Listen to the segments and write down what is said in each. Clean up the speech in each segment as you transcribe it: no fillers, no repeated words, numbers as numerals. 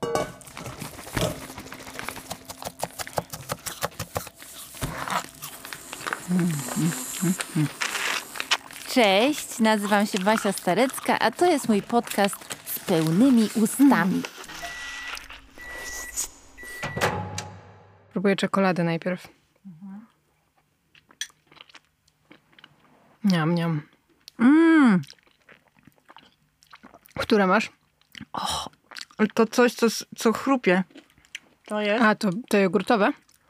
Cześć, nazywam się Basia Starecka, a to jest mój podcast z pełnymi ustami. Próbuję czekolady najpierw. Niam, niam. Które masz? To coś, co chrupie. To jest? A, to jogurtowe?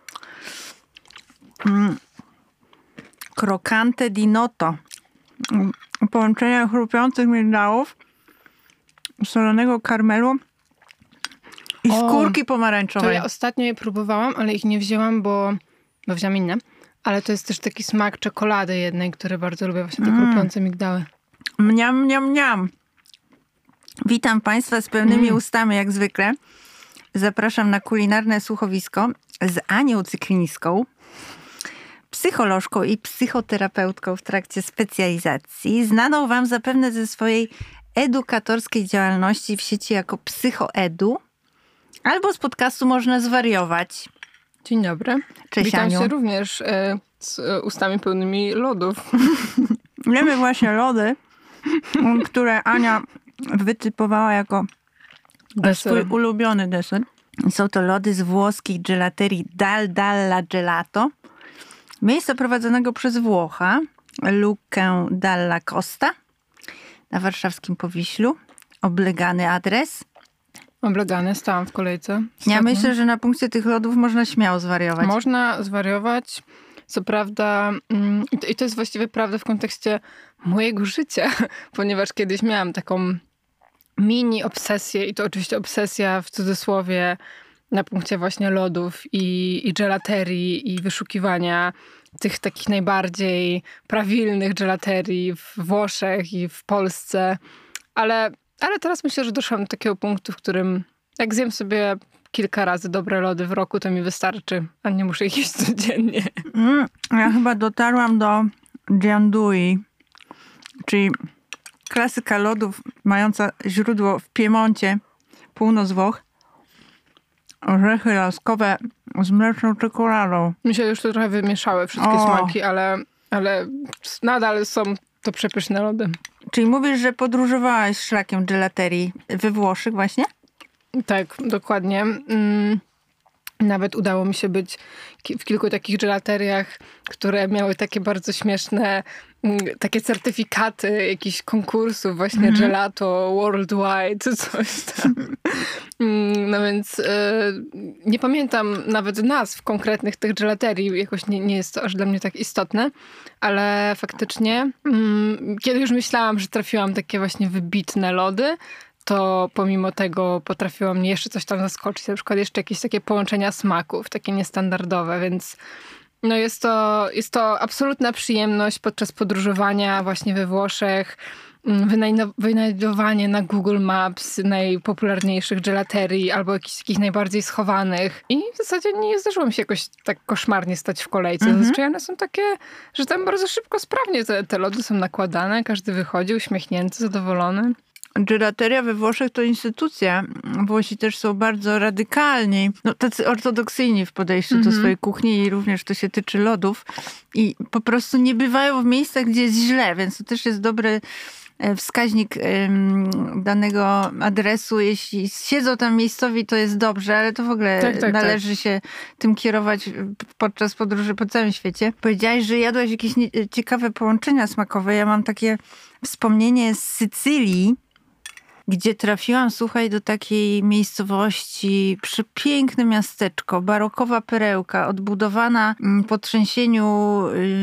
Crocante di noto. Połączenie chrupiących migdałów, solonego karmelu i skórki pomarańczowej. To ja ostatnio je próbowałam, ale ich nie wzięłam, bo wziąłam inne. Ale to jest też taki smak czekolady jednej, który bardzo lubię, właśnie te chrupiące migdały. Mniam, mniam, mniam. Witam Państwa z pełnymi ustami, jak zwykle. Zapraszam na kulinarne słuchowisko z Anią Cyklińską, psycholożką i psychoterapeutką w trakcie specjalizacji, znaną Wam zapewne ze swojej edukatorskiej działalności w sieci jako Psychoedu, albo z podcastu Można Zwariować. Dzień dobry. Cześć, Witam Aniu. się również z ustami pełnymi lodów. Jemy właśnie lody, które Ania wytypowała jako swój ulubiony deser. Są to lody z włoskich gelaterii Dal Gelato. Miejsca prowadzonego przez Włocha, Lukę Dalla Costa, na warszawskim Powiślu. Oblegany adres. Oblegane, stałam w kolejce. Ja myślę, że na punkcie tych lodów można śmiało zwariować. Można zwariować. Co prawda, i to jest właściwie prawda w kontekście mojego życia, ponieważ kiedyś miałam taką mini obsesję, i to oczywiście obsesja w cudzysłowie, na punkcie właśnie lodów i gelaterii i wyszukiwania tych takich najbardziej prawilnych gelaterii w Włoszech i w Polsce. Ale teraz myślę, że doszłam do takiego punktu, w którym jak zjem sobie kilka razy dobre lody w roku, to mi wystarczy, a nie muszę ich jeść codziennie. Ja chyba dotarłam do Giandui, czyli klasyka lodów mająca źródło w Piemoncie, północ Włoch. Orzechy laskowe z mleczną czekoladą. Mi się już to trochę wymieszały wszystkie smaki, ale nadal są to przepyszne lody. Czyli mówisz, że podróżowałaś szlakiem gelaterii we Włoszech właśnie? Tak, dokładnie. Nawet udało mi się być w kilku takich gelateriach, które miały takie bardzo śmieszne takie certyfikaty jakichś konkursów, właśnie gelato, worldwide, coś tam. No więc nie pamiętam nawet nazw konkretnych tych gelaterii, jakoś nie jest to aż dla mnie tak istotne, ale faktycznie kiedy już myślałam, że trafiłam takie właśnie wybitne lody, to pomimo tego potrafiło mnie jeszcze coś tam zaskoczyć. Na przykład jeszcze jakieś takie połączenia smaków, takie niestandardowe, więc no jest to absolutna przyjemność podczas podróżowania właśnie we Włoszech, wynajdowanie na Google Maps najpopularniejszych gelaterii albo jakichś takich najbardziej schowanych. I w zasadzie nie zdarzyło mi się jakoś tak koszmarnie stać w kolejce. Zazwyczaj one są takie, że tam bardzo szybko, sprawnie te lody są nakładane. Każdy wychodzi uśmiechnięty, zadowolony. Gelateria we Włoszech to instytucja. Włosi też są bardzo radykalni, tacy ortodoksyjni w podejściu do swojej kuchni i również to się tyczy lodów. I po prostu nie bywają w miejscach, gdzie jest źle, więc to też jest dobry wskaźnik danego adresu. Jeśli siedzą tam miejscowi, to jest dobrze, ale to w ogóle należy się tym kierować podczas podróży po całym świecie. Powiedziałaś, że jadłaś jakieś ciekawe połączenia smakowe. Ja mam takie wspomnienie z Sycylii, gdzie trafiłam, słuchaj, do takiej miejscowości, przepiękne miasteczko, barokowa perełka, odbudowana po trzęsieniu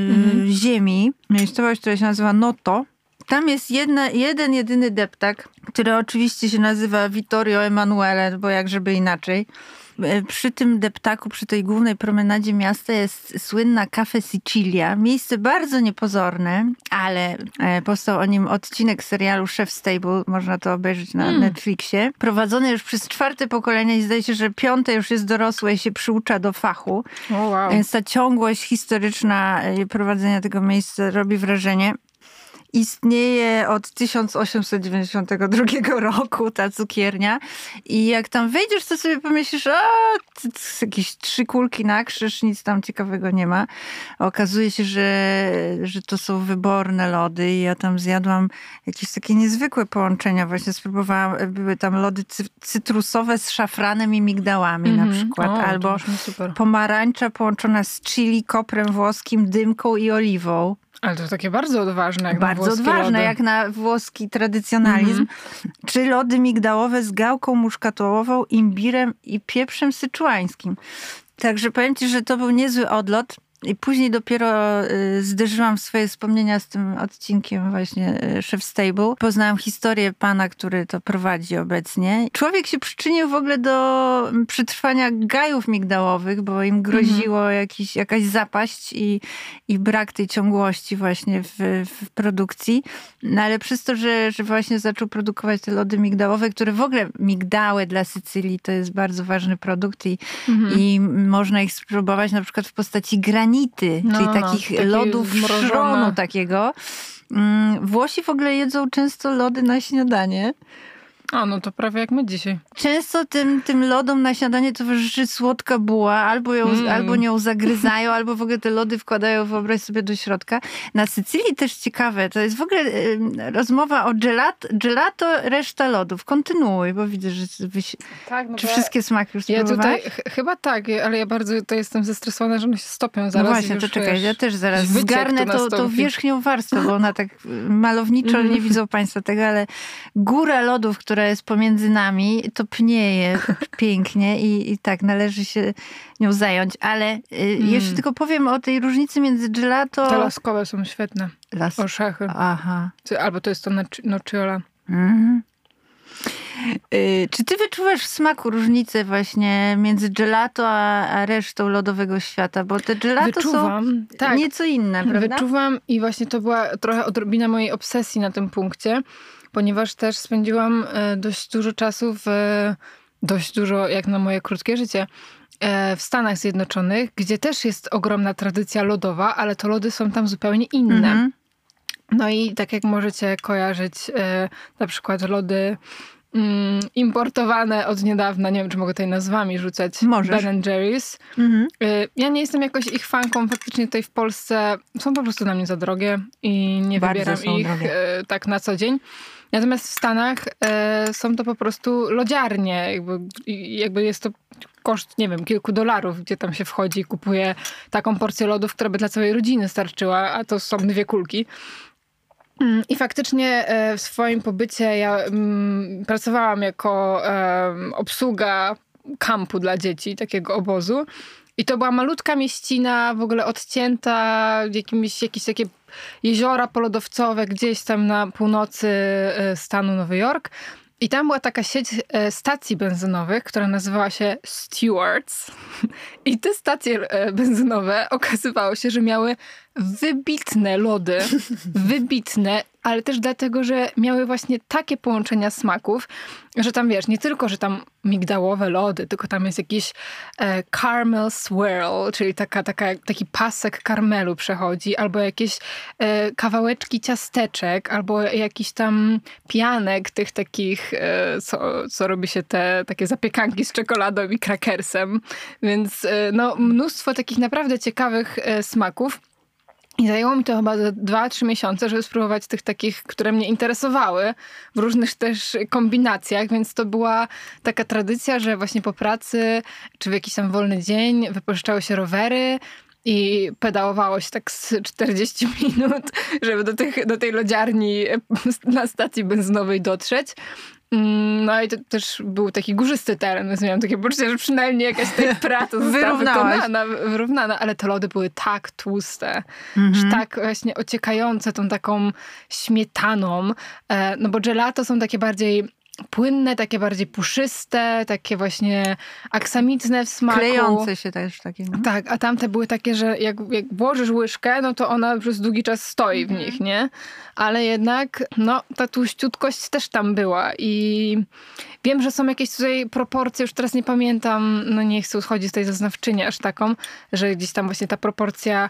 ziemi. Miejscowość, która się nazywa Noto. Tam jest jedyny deptak, który oczywiście się nazywa Vittorio Emanuele, bo jak żeby inaczej. Przy tym deptaku, przy tej głównej promenadzie miasta jest słynna Cafe Sicilia. Miejsce bardzo niepozorne, ale powstał o nim odcinek serialu Chef's Table. Można to obejrzeć na Netflixie. Prowadzony już przez 4. pokolenie i zdaje się, że 5. już jest dorosłe i się przyucza do fachu. Wow. Więc ta ciągłość historyczna prowadzenia tego miejsca robi wrażenie. istnieje od 1892 roku ta cukiernia i jak tam wejdziesz, to sobie pomyślisz, jakieś 3 kulki na krzyż, nic tam ciekawego nie ma. Okazuje się, że to są wyborne lody i ja tam zjadłam jakieś takie niezwykłe połączenia. Właśnie spróbowałam, były tam lody cytrusowe z szafranem i migdałami na przykład. Albo pomarańcza połączona z chili, koprem włoskim, dymką i oliwą. Ale to takie bardzo odważne, jak bardzo na włoskie odważne, lody. jak na włoski tradycjonalizm. Czy lody migdałowe z gałką muszkatołową, imbirem i pieprzem syczuańskim. Także powiem ci, że to był niezły odlot. I później dopiero zderzyłam swoje wspomnienia z tym odcinkiem właśnie Chef's Table. Poznałam historię pana, który to prowadzi obecnie. Człowiek się przyczynił w ogóle do przetrwania gajów migdałowych, bo im groziło jakaś zapaść i brak tej ciągłości właśnie w produkcji. No ale przez to, że właśnie zaczął produkować te lody migdałowe, które w ogóle migdały dla Sycylii to jest bardzo ważny produkt i można ich spróbować na przykład w postaci granity, czyli takich lodów szronu takiego. Włosi w ogóle jedzą często lody na śniadanie. No to prawie jak my dzisiaj. Często tym lodom na śniadanie towarzyszy słodka buła, albo nią zagryzają, albo w ogóle te lody wkładają, wyobraź sobie, do środka. Na Sycylii też ciekawe, to jest w ogóle rozmowa o gelato, reszta lodów. Kontynuuj, bo widzę, że czy wszystkie smaki już spróbowałeś? Chyba tak, ale ja bardzo to jestem zestresowana, że one się stopią zaraz. No właśnie, to czekaj, ja też zaraz zgarnę tą wierzchnią warstwę, bo ona tak malowniczo, nie widzą państwo tego, ale góra lodów, która jest pomiędzy nami, to pnieje pięknie i tak, należy się nią zająć. Ale jeszcze tylko powiem o tej różnicy między gelato... Te laskowe są świetne. Orzechy. Aha. Albo to jest to nocciola. Czy ty wyczuwasz w smaku różnicę właśnie między gelato a resztą lodowego świata? Bo te gelato są nieco inne, prawda? Wyczuwam i właśnie to była trochę odrobina mojej obsesji na tym punkcie, ponieważ też spędziłam dość dużo czasu jak na moje krótkie życie, w Stanach Zjednoczonych, gdzie też jest ogromna tradycja lodowa, ale to lody są tam zupełnie inne. No i tak jak możecie kojarzyć na przykład lody importowane od niedawna, nie wiem, czy mogę tutaj nazwami rzucać. Możesz. Ben & Jerry's. Ja nie jestem jakoś ich fanką. Faktycznie tutaj w Polsce są po prostu dla mnie za drogie i nie wybieram ich tak na co dzień. Natomiast w Stanach są to po prostu lodziarnie. Jakby jest to koszt, nie wiem, kilku dolarów, gdzie tam się wchodzi i kupuje taką porcję lodów, która by dla całej rodziny starczyła, a to są 2 kulki. I faktycznie w swoim pobycie ja pracowałam jako obsługa kampu dla dzieci, takiego obozu. I to była malutka mieścina, w ogóle odcięta, jakieś takie jeziora polodowcowe gdzieś tam na północy stanu Nowy Jork. I tam była taka sieć stacji benzynowych, która nazywała się Stewart's. I te stacje benzynowe okazywało się, że miały wybitne lody. Wybitne, ale też dlatego, że miały właśnie takie połączenia smaków, że tam wiesz, nie tylko, że tam migdałowe lody, tylko tam jest jakiś caramel swirl, czyli taki pasek karmelu przechodzi, albo jakieś kawałeczki ciasteczek, albo jakiś tam pianek tych takich, co robi się te takie zapiekanki z czekoladą i krakersem. Więc mnóstwo takich naprawdę ciekawych smaków. I zajęło mi to chyba 2-3 miesiące, żeby spróbować tych takich, które mnie interesowały w różnych też kombinacjach, więc to była taka tradycja, że właśnie po pracy czy w jakiś tam wolny dzień wypożyczały się rowery i pedałowało się tak z 40 minut, żeby do tej lodziarni na stacji benzynowej dotrzeć. No i to też był taki górzysty teren, więc miałam takie poczucie, że przynajmniej jakaś tutaj praca została wyrównana, ale te lody były tak tłuste, że tak właśnie ociekające tą taką śmietaną, no bo gelato są takie bardziej płynne, takie bardziej puszyste, takie właśnie aksamitne w smaku. Klejące się też takie. No? Tak, a tamte były takie, że jak włożysz łyżkę, no to ona przez długi czas stoi w nich, nie? Ale jednak, no, ta tłuściutkość też tam była i wiem, że są jakieś tutaj proporcje, już teraz nie pamiętam, no nie chcę schodzić z tej zaznawczyni aż taką, że gdzieś tam właśnie ta proporcja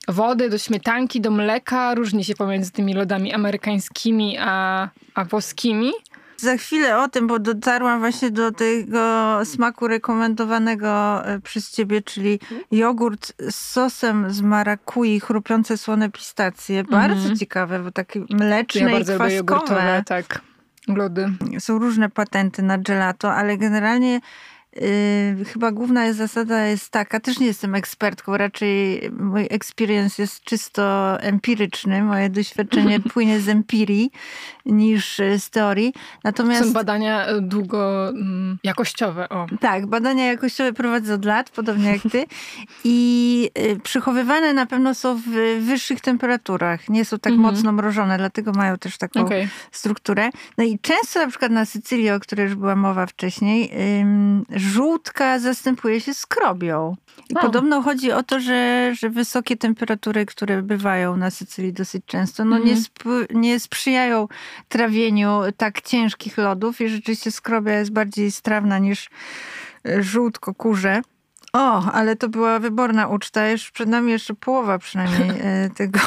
wody, do śmietanki, do mleka. Różni się pomiędzy tymi lodami amerykańskimi a włoskimi. Za chwilę o tym, bo dotarłam właśnie do tego smaku rekomendowanego przez ciebie, czyli jogurt z sosem z marakui, chrupiące słone pistacje. Bardzo ciekawe, bo takie mleczne ja i bardzo lubię kwaskowe. jogurtowe, tak, lody. Są różne patenty na gelato, ale generalnie chyba główna zasada jest taka, też nie jestem ekspertką, raczej mój experience jest czysto empiryczny, moje doświadczenie płynie z empirii niż z teorii. Natomiast są badania jakościowe. O. Tak, badania jakościowe prowadzę od lat, podobnie jak ty. I przechowywane na pewno są w wyższych temperaturach. Nie są tak mocno mrożone, dlatego mają też taką strukturę. No i często na przykład na Sycylii, o której już była mowa wcześniej, żółtka zastępuje się skrobią. I podobno chodzi o to, że wysokie temperatury, które bywają na Sycylii dosyć często, no nie sprzyjają trawieniu tak ciężkich lodów i rzeczywiście skrobia jest bardziej strawna niż żółtko kurze. O, ale to była wyborna uczta. Już przed nami jeszcze połowa przynajmniej tego.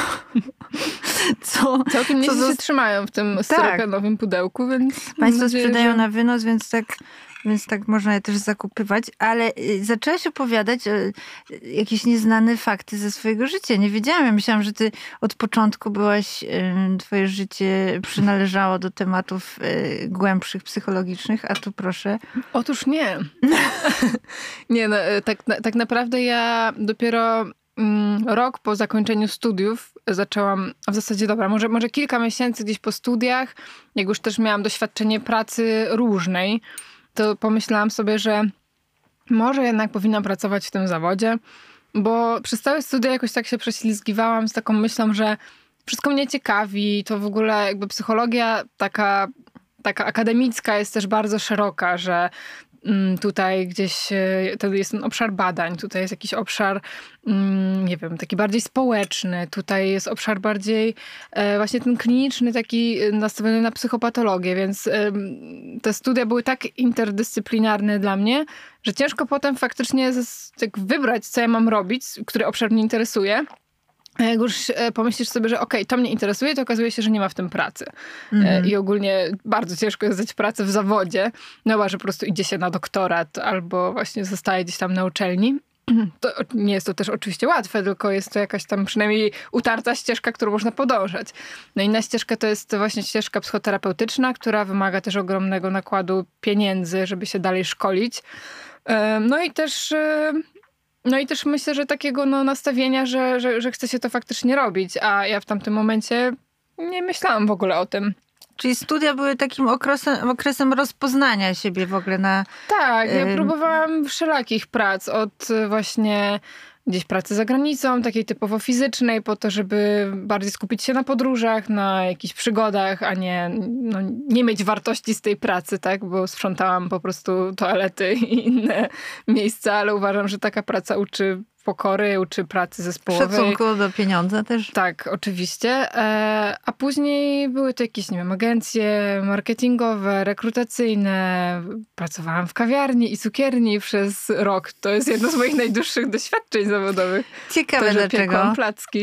Całkiem nieźle się trzymają w tym styropianowym pudełku, więc... Państwo sprzedają na wynos, więc tak można je też zakupywać, ale zaczęłaś opowiadać jakieś nieznane fakty ze swojego życia. Nie wiedziałam, ja myślałam, że ty od początku twoje życie przynależało do tematów głębszych, psychologicznych, a tu proszę. Otóż nie. Nie, no, tak naprawdę ja dopiero rok po zakończeniu studiów zaczęłam, a w zasadzie może kilka miesięcy gdzieś po studiach, jak już też miałam doświadczenie pracy różnej, to pomyślałam sobie, że może jednak powinnam pracować w tym zawodzie, bo przez całe studia jakoś tak się prześlizgiwałam z taką myślą, że wszystko mnie ciekawi, to w ogóle jakby psychologia taka akademicka jest też bardzo szeroka, że tutaj gdzieś to jest ten obszar badań, tutaj jest jakiś obszar, nie wiem, taki bardziej społeczny, tutaj jest obszar bardziej właśnie ten kliniczny, taki nastawiony na psychopatologię, więc te studia były tak interdyscyplinarne dla mnie, że ciężko potem faktycznie tak wybrać, co ja mam robić, który obszar mnie interesuje. A jak już pomyślisz sobie, że okej, to mnie interesuje, to okazuje się, że nie ma w tym pracy. I ogólnie bardzo ciężko jest znaleźć pracę w zawodzie. No chyba, że po prostu idzie się na doktorat albo właśnie zostaje gdzieś tam na uczelni. To nie jest to też oczywiście łatwe, tylko jest to jakaś tam przynajmniej utarta ścieżka, którą można podążać. No inna ścieżka to jest właśnie ścieżka psychoterapeutyczna, która wymaga też ogromnego nakładu pieniędzy, żeby się dalej szkolić. No i też myślę, że takiego nastawienia, że chce się to faktycznie robić, a ja w tamtym momencie nie myślałam w ogóle o tym. Czyli studia były takim okresem rozpoznania siebie w ogóle na... Tak, ja próbowałam wszelakich prac, od właśnie gdzieś pracy za granicą, takiej typowo fizycznej, po to, żeby bardziej skupić się na podróżach, na jakichś przygodach, a nie mieć wartości z tej pracy, tak? Bo sprzątałam po prostu toalety i inne miejsca, ale uważam, że taka praca uczy pokory, uczy pracy zespołowej. Szacunku do pieniądza też. Tak, oczywiście. A później były to jakieś, nie wiem, agencje marketingowe, rekrutacyjne. Pracowałam w kawiarni i cukierni przez rok. To jest jedno z moich najdłuższych doświadczeń zawodowych. Ciekawe to, że dlaczego. Piekłam placki.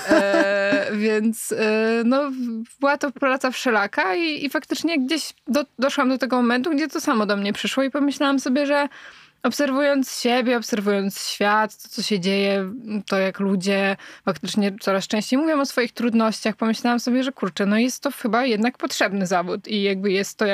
Więc była to praca wszelaka i faktycznie gdzieś doszłam do tego momentu, gdzie to samo do mnie przyszło i pomyślałam sobie, że obserwując siebie, obserwując świat, to co się dzieje, to jak ludzie faktycznie coraz częściej mówią o swoich trudnościach, pomyślałam sobie, że kurczę, jest to chyba jednak potrzebny zawód i jakby jest to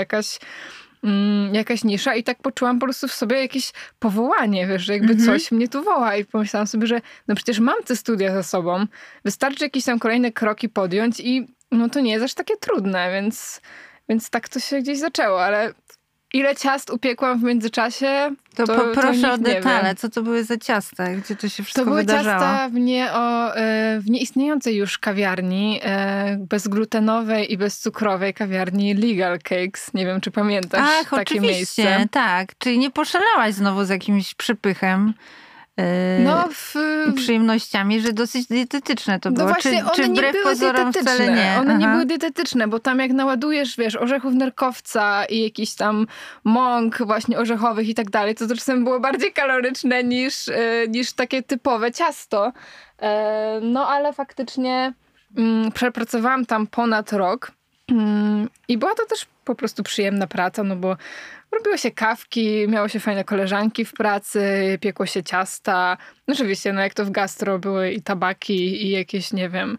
jakaś nisza i tak poczułam po prostu w sobie jakieś powołanie, wiesz, że jakby coś mnie tu woła i pomyślałam sobie, że przecież mam te studia za sobą, wystarczy jakieś tam kolejne kroki podjąć i to nie jest aż takie trudne, więc tak to się gdzieś zaczęło, ale ile ciast upiekłam w międzyczasie, to proszę o detale. Wie. Co to były za ciasta? Gdzie to się wszystko To wydarzało? były ciasta w nieistniejącej już kawiarni, bezglutenowej i bezcukrowej kawiarni Legal Cakes. Nie wiem, czy pamiętasz takie oczywiście, miejsce. Tak. Czyli nie poszalałaś znowu z jakimś przypychem. przyjemnościami, że dosyć dietetyczne to było. No właśnie, czy one nie wbrew były pozorom dietetyczne. wcale nie? One nie były dietetyczne, bo tam jak naładujesz, wiesz, orzechów nerkowca i jakiś tam mąk właśnie orzechowych i tak dalej, to czasem było bardziej kaloryczne niż takie typowe ciasto. No ale faktycznie przepracowałam tam ponad rok i była to też po prostu przyjemna praca, no bo robiło się kawki, miało się fajne koleżanki w pracy, piekło się ciasta. Oczywiście, no jak to w gastro, były i tabaki i jakieś, nie wiem,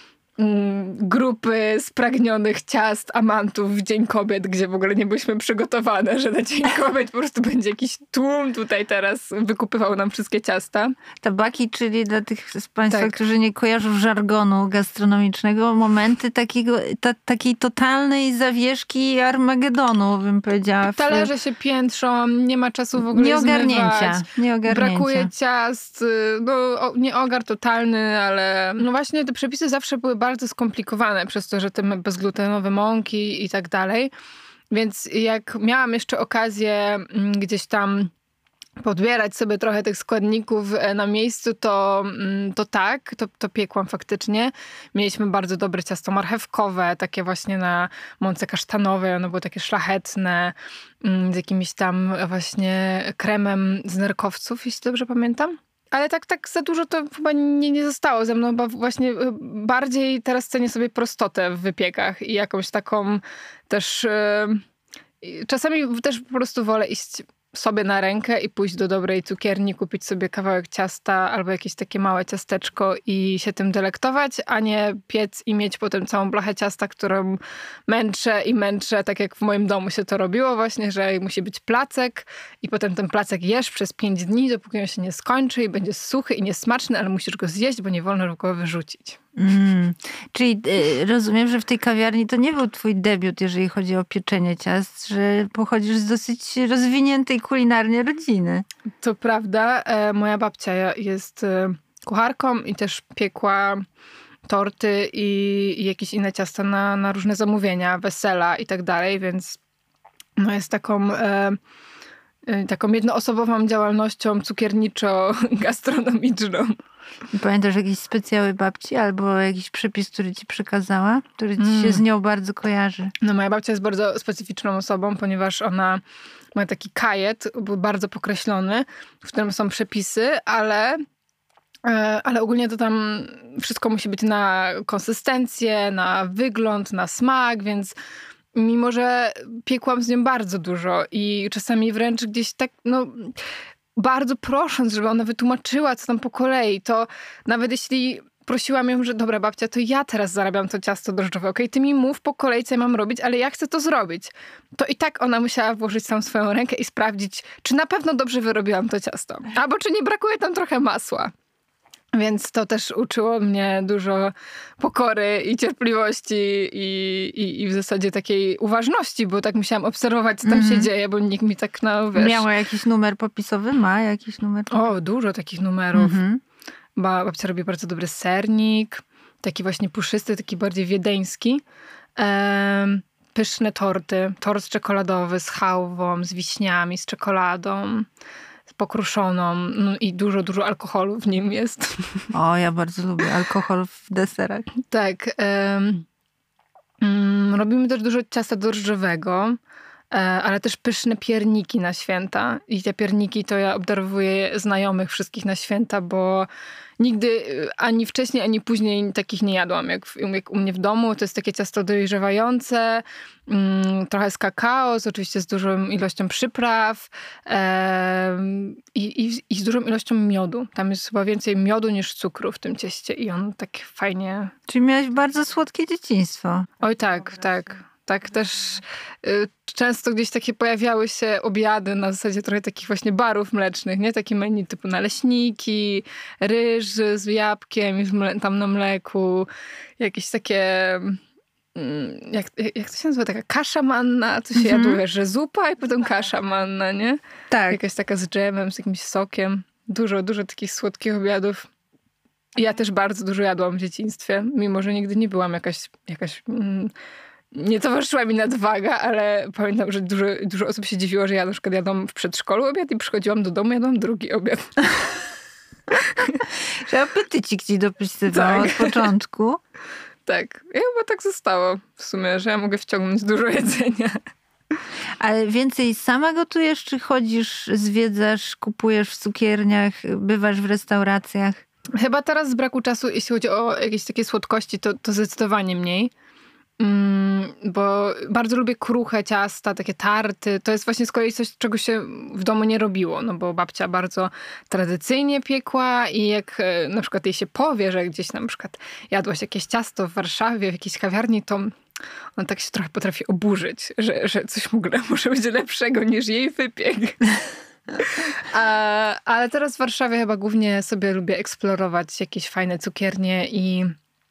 grupy spragnionych ciast, amantów w Dzień Kobiet, gdzie w ogóle nie byliśmy przygotowane, że na Dzień Kobiet po prostu będzie jakiś tłum tutaj teraz wykupywał nam wszystkie ciasta. Tabaki, czyli dla tych z Państwa, którzy nie kojarzą żargonu gastronomicznego, momenty takiej totalnej zawieszki Armagedonu, bym powiedziała. Talerze się piętrzą, nie ma czasu w ogóle Nieogarnięcia. Brakuje ciast, nieogar totalny, ale no właśnie te przepisy zawsze były bardzo skomplikowane przez to, że te bezglutenowe mąki i tak dalej. Więc jak miałam jeszcze okazję gdzieś tam podbierać sobie trochę tych składników na miejscu, to piekłam faktycznie. Mieliśmy bardzo dobre ciasto marchewkowe, takie właśnie na mące kasztanowej. Ono było takie szlachetne, z jakimś tam właśnie kremem z nerkowców, jeśli dobrze pamiętam. Ale tak za dużo to chyba nie zostało ze mną, bo właśnie bardziej teraz cenię sobie prostotę w wypiekach i jakąś taką też... Czasami też po prostu wolę iść sobie na rękę i pójść do dobrej cukierni, kupić sobie kawałek ciasta albo jakieś takie małe ciasteczko i się tym delektować, a nie piec i mieć potem całą blachę ciasta, którą męczę, tak jak w moim domu się to robiło właśnie, że musi być placek i potem ten placek jesz przez 5 dni, dopóki on się nie skończy i będzie suchy i niesmaczny, ale musisz go zjeść, bo nie wolno go wyrzucić. Czyli rozumiem, że w tej kawiarni to nie był twój debiut, jeżeli chodzi o pieczenie ciast, że pochodzisz z dosyć rozwiniętej kulinarnie rodziny. To prawda. Moja babcia jest kucharką i też piekła torty i jakieś inne ciasta na różne zamówienia, wesela i tak dalej, więc no jest taką jednoosobową działalnością cukierniczo-gastronomiczną. Pamiętasz jakieś specjały babci albo jakiś przepis, który ci przekazała, który ci się z nią bardzo kojarzy? No moja babcia jest bardzo specyficzną osobą, ponieważ ona ma taki kajet, był bardzo pokreślony, w którym są przepisy, ale ogólnie to tam wszystko musi być na konsystencję, na wygląd, na smak, więc mimo, że piekłam z nią bardzo dużo i czasami wręcz gdzieś tak, bardzo prosząc, żeby ona wytłumaczyła, co tam po kolei, to nawet jeśli prosiłam ją, że dobra babcia, to ja teraz zarabiam to ciasto drożdżowe, okej, ty mi mów po kolei, co ja mam robić, ale ja chcę to zrobić. To i tak ona musiała włożyć tam swoją rękę i sprawdzić, czy na pewno dobrze wyrobiłam to ciasto, albo czy nie brakuje tam trochę masła. Więc to też uczyło mnie dużo pokory i cierpliwości i w zasadzie takiej uważności, bo tak musiałam obserwować, co tam się dzieje, bo nikt mi tak, wiesz... Miała jakiś numer popisowy? Ma jakiś numer popisowy? O, dużo takich numerów. Babcia robi bardzo dobry sernik, taki właśnie puszysty, taki bardziej wiedeński. Pyszne torty. Tort czekoladowy z chałwą, z wiśniami, z czekoladą. Pokruszoną i dużo alkoholu w nim jest. O, ja bardzo lubię alkohol w deserach. Tak. Robimy też dużo ciasta drożdżowego, ale też pyszne pierniki na święta. I te pierniki to ja obdarowuję znajomych wszystkich na święta, bo nigdy ani wcześniej, ani później takich nie jadłam. Jak u mnie w domu, to jest takie ciasto dojrzewające, trochę z kakao, oczywiście z dużą ilością przypraw i z dużą ilością miodu. Tam jest chyba więcej miodu niż cukru w tym cieście i on tak fajnie... Czyli miałaś bardzo słodkie dzieciństwo. Oj tak. Tak też często gdzieś takie pojawiały się obiady na zasadzie trochę takich właśnie barów mlecznych, nie? Takie menu typu naleśniki, ryż z jabłkiem i tam na mleku. Jakieś takie... Jak to się nazywa? Taka kasza manna, co się jadło, że zupa i potem kasza manna, nie? Tak. Jakaś taka z dżemem, z jakimś sokiem. Dużo takich słodkich obiadów. Ja też bardzo dużo jadłam w dzieciństwie, mimo że nigdy nie byłam jakaś nie towarzyszyła mi nadwaga, ale pamiętam, że dużo osób się dziwiło, że ja na przykład jadłam w przedszkolu obiad i przychodziłam do domu, jadłam drugi obiad. Że apetycik ci dopisywał od początku. Tak, ja chyba tak zostało w sumie, że ja mogę wciągnąć dużo jedzenia. Ale więcej sama gotujesz, czy chodzisz, zwiedzasz, kupujesz w cukierniach, bywasz w restauracjach? Chyba teraz z braku czasu, jeśli chodzi o jakieś takie słodkości, to zdecydowanie mniej. Bo bardzo lubię kruche ciasta, takie tarty. To jest właśnie z kolei coś, czego się w domu nie robiło, no bo babcia bardzo tradycyjnie piekła i jak na przykład jej się powie, że gdzieś na przykład jadłaś jakieś ciasto w Warszawie, w jakiejś kawiarni, to on tak się trochę potrafi oburzyć, że coś w ogóle może być lepszego niż jej wypiek. Ale teraz w Warszawie chyba głównie sobie lubię eksplorować jakieś fajne cukiernie i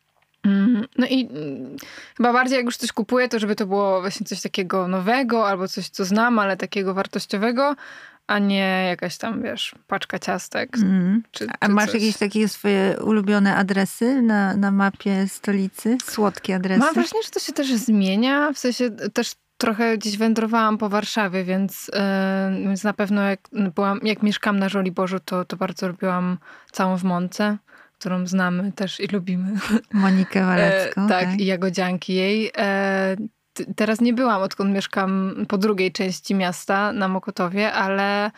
chyba bardziej jak już coś kupuję, to żeby to było właśnie coś takiego nowego albo coś, co znam, ale takiego wartościowego, a nie jakaś tam, wiesz, paczka ciastek. A masz coś. jakieś takie swoje ulubione adresy na mapie stolicy? Słodkie adresy? Mam wrażenie, że to się też zmienia. W sensie też trochę gdzieś wędrowałam po Warszawie, więc na pewno jak mieszkam na Żoliborzu, to bardzo lubiłam całą w Mące, którą znamy też i lubimy. Monikę Walecką. Tak, i jagodzianki jej. Teraz nie byłam, odkąd mieszkam po drugiej części miasta na Mokotowie, ale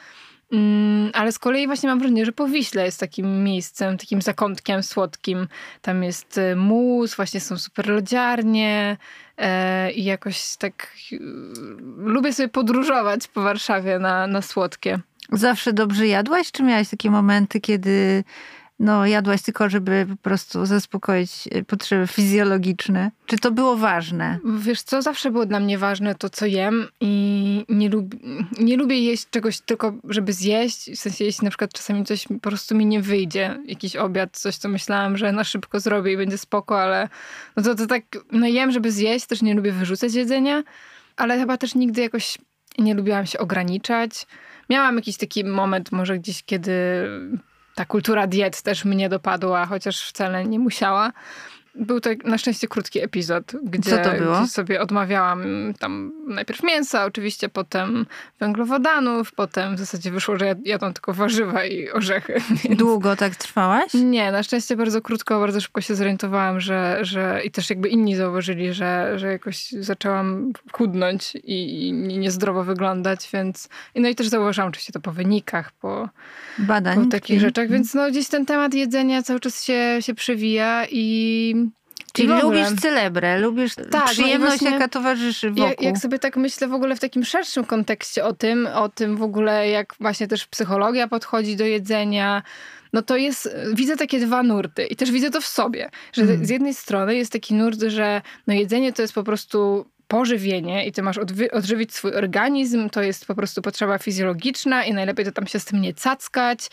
z kolei właśnie mam wrażenie, że Powiśle jest takim miejscem, takim zakątkiem słodkim. Tam jest mus, właśnie są super lodziarnie i jakoś tak lubię sobie podróżować po Warszawie na słodkie. Zawsze dobrze jadłaś, czy miałaś takie momenty, kiedy jadłaś tylko, żeby po prostu zaspokoić potrzeby fizjologiczne? Czy to było ważne? Wiesz co, zawsze było dla mnie ważne to, co jem i nie lubię jeść czegoś tylko, żeby zjeść. W sensie, jeśli na przykład czasami coś po prostu mi nie wyjdzie, jakiś obiad, coś, co myślałam, że na szybko zrobię i będzie spoko, ale to tak, jem, żeby zjeść. Też nie lubię wyrzucać jedzenia, ale chyba też nigdy jakoś nie lubiłam się ograniczać. Miałam jakiś taki moment może gdzieś, kiedy ta kultura diet też mnie dopadła, chociaż wcale nie musiała. Był to na szczęście krótki epizod, gdzie sobie odmawiałam tam najpierw mięsa, oczywiście, potem węglowodanów, potem w zasadzie wyszło, że jadłam tylko warzywa i orzechy. Więc... Długo tak trwałaś? Nie, na szczęście bardzo krótko, bardzo szybko się zorientowałam, że i też jakby inni zauważyli, że jakoś zaczęłam chudnąć i niezdrowo wyglądać, więc... I też zauważyłam oczywiście to po wynikach, po takich rzeczach, więc gdzieś ten temat jedzenia cały czas się przewija i... Czyli lubisz celebrę, lubisz przyjemność, jaka towarzyszy wokół. Jak sobie tak myślę w ogóle w takim szerszym kontekście o tym w ogóle, jak właśnie też psychologia podchodzi do jedzenia, to widzę takie dwa nurty i też widzę to w sobie, że z jednej strony jest taki nurt, że jedzenie to jest po prostu pożywienie i ty masz odżywić swój organizm, to jest po prostu potrzeba fizjologiczna i najlepiej to tam się z tym nie cackać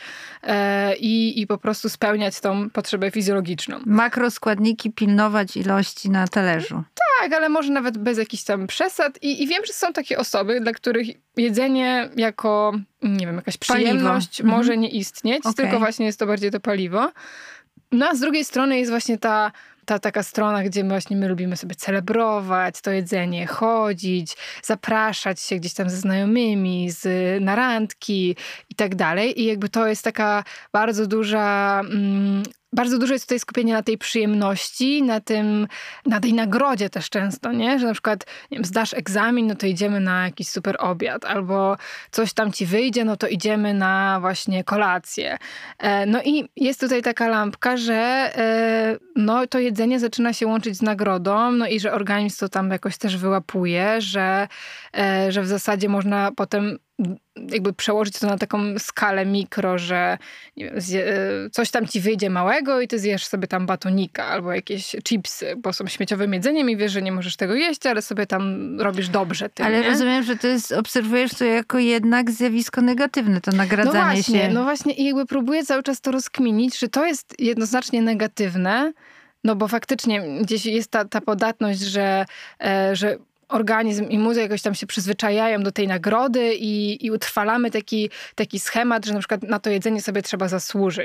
i po prostu spełniać tą potrzebę fizjologiczną. Makroskładniki pilnować ilości na talerzu. Tak, ale może nawet bez jakichś tam przesad i wiem, że są takie osoby, dla których jedzenie jako, nie wiem, jakaś przyjemność może nie istnieć, tylko właśnie jest to bardziej to paliwo. A z drugiej strony jest właśnie ta taka strona, gdzie my lubimy sobie celebrować to jedzenie, chodzić, zapraszać się gdzieś tam ze znajomymi, na randki i tak dalej. I jakby to jest taka bardzo dużo jest tutaj skupienie na tej przyjemności, na tej nagrodzie też często, nie? Że na przykład, nie wiem, zdasz egzamin, to idziemy na jakiś super obiad, albo coś tam ci wyjdzie, to idziemy na właśnie kolację. I jest tutaj taka lampka, że to jedzenie zaczyna się łączyć z nagrodą, i że organizm to tam jakoś też wyłapuje, że w zasadzie można potem jakby przełożyć to na taką skalę mikro, że nie wiem, coś tam ci wyjdzie małego i ty zjesz sobie tam batonika albo jakieś chipsy, bo są śmieciowym jedzeniem i wiesz, że nie możesz tego jeść, ale sobie tam robisz dobrze tym. Ale nie? rozumiem, że obserwujesz to jako jednak zjawisko negatywne, to nagradzanie się. No właśnie i jakby próbuję cały czas to rozkminić, czy to jest jednoznacznie negatywne, bo faktycznie gdzieś jest ta podatność, że organizm i mózg jakoś tam się przyzwyczajają do tej nagrody i utrwalamy taki schemat, że na przykład na to jedzenie sobie trzeba zasłużyć.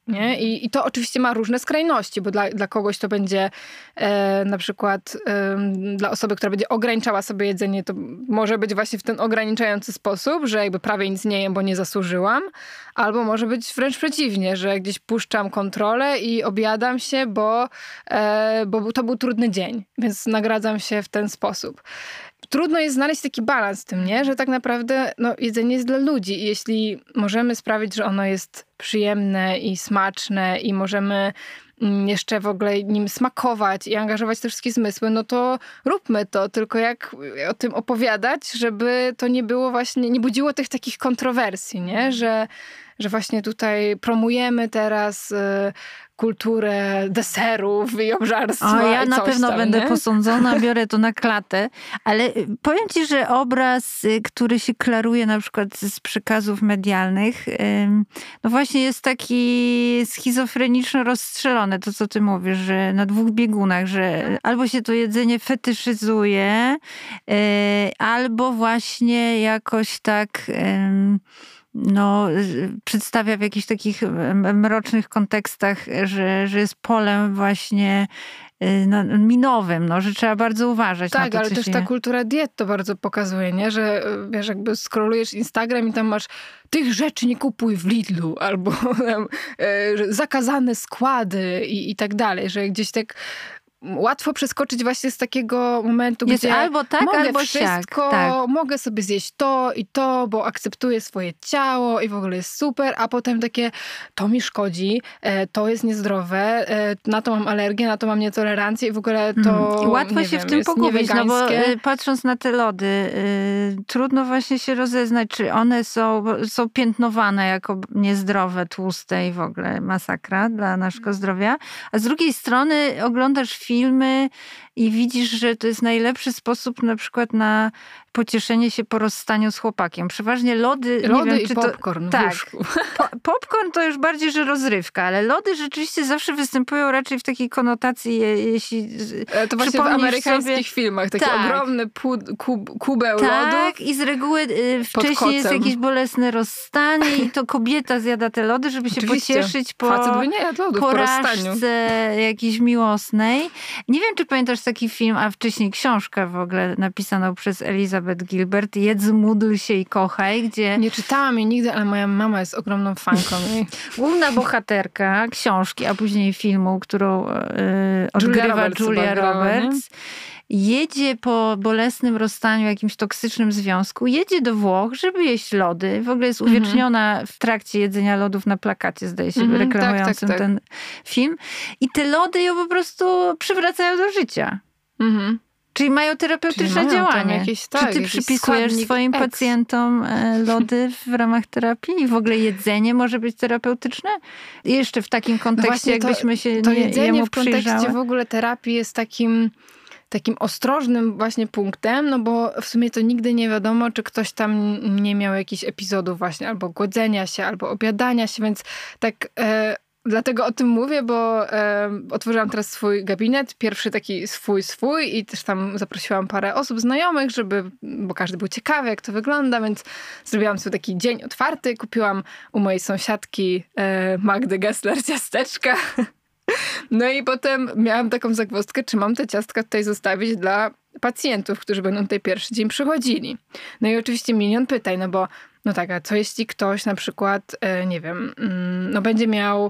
Nie? I to oczywiście ma różne skrajności, bo dla kogoś to będzie na przykład dla osoby, która będzie ograniczała sobie jedzenie, to może być właśnie w ten ograniczający sposób, że jakby prawie nic nie jem, bo nie zasłużyłam, albo może być wręcz przeciwnie, że gdzieś puszczam kontrolę i objadam się, bo to był trudny dzień, więc nagradzam się w ten sposób. Trudno jest znaleźć taki balans w tym, nie? Że tak naprawdę jedzenie jest dla ludzi i jeśli możemy sprawić, że ono jest przyjemne i smaczne i możemy jeszcze w ogóle nim smakować i angażować te wszystkie zmysły, no to róbmy to, tylko jak o tym opowiadać, żeby to nie było właśnie, nie budziło tych takich kontrowersji, nie? Że właśnie tutaj promujemy teraz kulturę deserów i obżarstwa. Ja na pewno będę posądzona, biorę to na klatę, ale powiem ci, że obraz, który się klaruje na przykład z przekazów medialnych, no właśnie jest taki schizofreniczno rozstrzelony, to co ty mówisz, że na dwóch biegunach, że albo się to jedzenie fetyszyzuje, albo właśnie jakoś tak przedstawia w jakichś takich mrocznych kontekstach, że jest polem właśnie minowym, że trzeba bardzo uważać na to, tak, ale też ta kultura diet to bardzo pokazuje, nie? Że wiesz, jakby scrollujesz Instagram i tam masz tych rzeczy nie kupuj w Lidlu, albo zakazane składy i tak dalej, że gdzieś tak łatwo przeskoczyć właśnie z takiego momentu, jest gdzie albo tak, mogę albo wszystko, tak. Mogę sobie zjeść to i to, bo akceptuję swoje ciało i w ogóle jest super, a potem takie, to mi szkodzi, to jest niezdrowe, na to mam alergię, na to mam nietolerancję i w ogóle to I łatwo się w tym pogubić, no bo patrząc na te lody, trudno właśnie się rozeznać, czy one są piętnowane jako niezdrowe, tłuste i w ogóle masakra dla naszego zdrowia, a z drugiej strony oglądasz filmy i widzisz, że to jest najlepszy sposób na przykład na pocieszenie się po rozstaniu z chłopakiem. Przeważnie lody nie wiem, i czy popcorn to, w tak, łóżku. Popcorn to już bardziej, że rozrywka, ale lody rzeczywiście zawsze występują raczej w takiej konotacji, jeśli to właśnie w amerykańskich filmach, taki ogromny kubeł lodów. Tak, i z reguły wcześniej jest jakieś bolesne rozstanie i to kobieta zjada te lody, żeby się pocieszyć po porażce jakiejś miłosnej. Nie wiem, czy pamiętasz taki film, a wcześniej książkę w ogóle napisaną przez Elizabeth Gilbert, Jedz, módl się i kochaj, gdzie... Nie czytałam jej nigdy, ale moja mama jest ogromną fanką. Główna bohaterka książki, a później filmu, którą odgrywa Julia Roberts, jedzie po bolesnym rozstaniu, jakimś toksycznym związku, jedzie do Włoch, żeby jeść lody. W ogóle jest uwieczniona w trakcie jedzenia lodów na plakacie, zdaje się, reklamującym ten film. I te lody ją po prostu przywracają do życia. Czyli mają terapeutyczne działanie. Czy ty przypisujesz swoim pacjentom lody w ramach terapii? I w ogóle jedzenie może być terapeutyczne? I jeszcze w takim kontekście, jakbyśmy się to jedzenie jemu w kontekście przyjrzały? w ogóle terapii jest takim ostrożnym właśnie punktem, no bo w sumie to nigdy nie wiadomo, czy ktoś tam nie miał jakichś epizodów właśnie albo głodzenia się, albo obiadania się, więc tak... Dlatego o tym mówię, bo otworzyłam teraz swój gabinet, pierwszy taki swój i też tam zaprosiłam parę osób znajomych, bo każdy był ciekawy, jak to wygląda, więc zrobiłam sobie taki dzień otwarty, kupiłam u mojej sąsiadki Magdy Gessler ciasteczka. No i potem miałam taką zagwozdkę, czy mam te ciastka tutaj zostawić dla pacjentów, którzy będą tutaj pierwszy dzień przychodzili. No i oczywiście milion pytań, no bo no tak, a co jeśli ktoś na przykład, nie wiem, będzie miał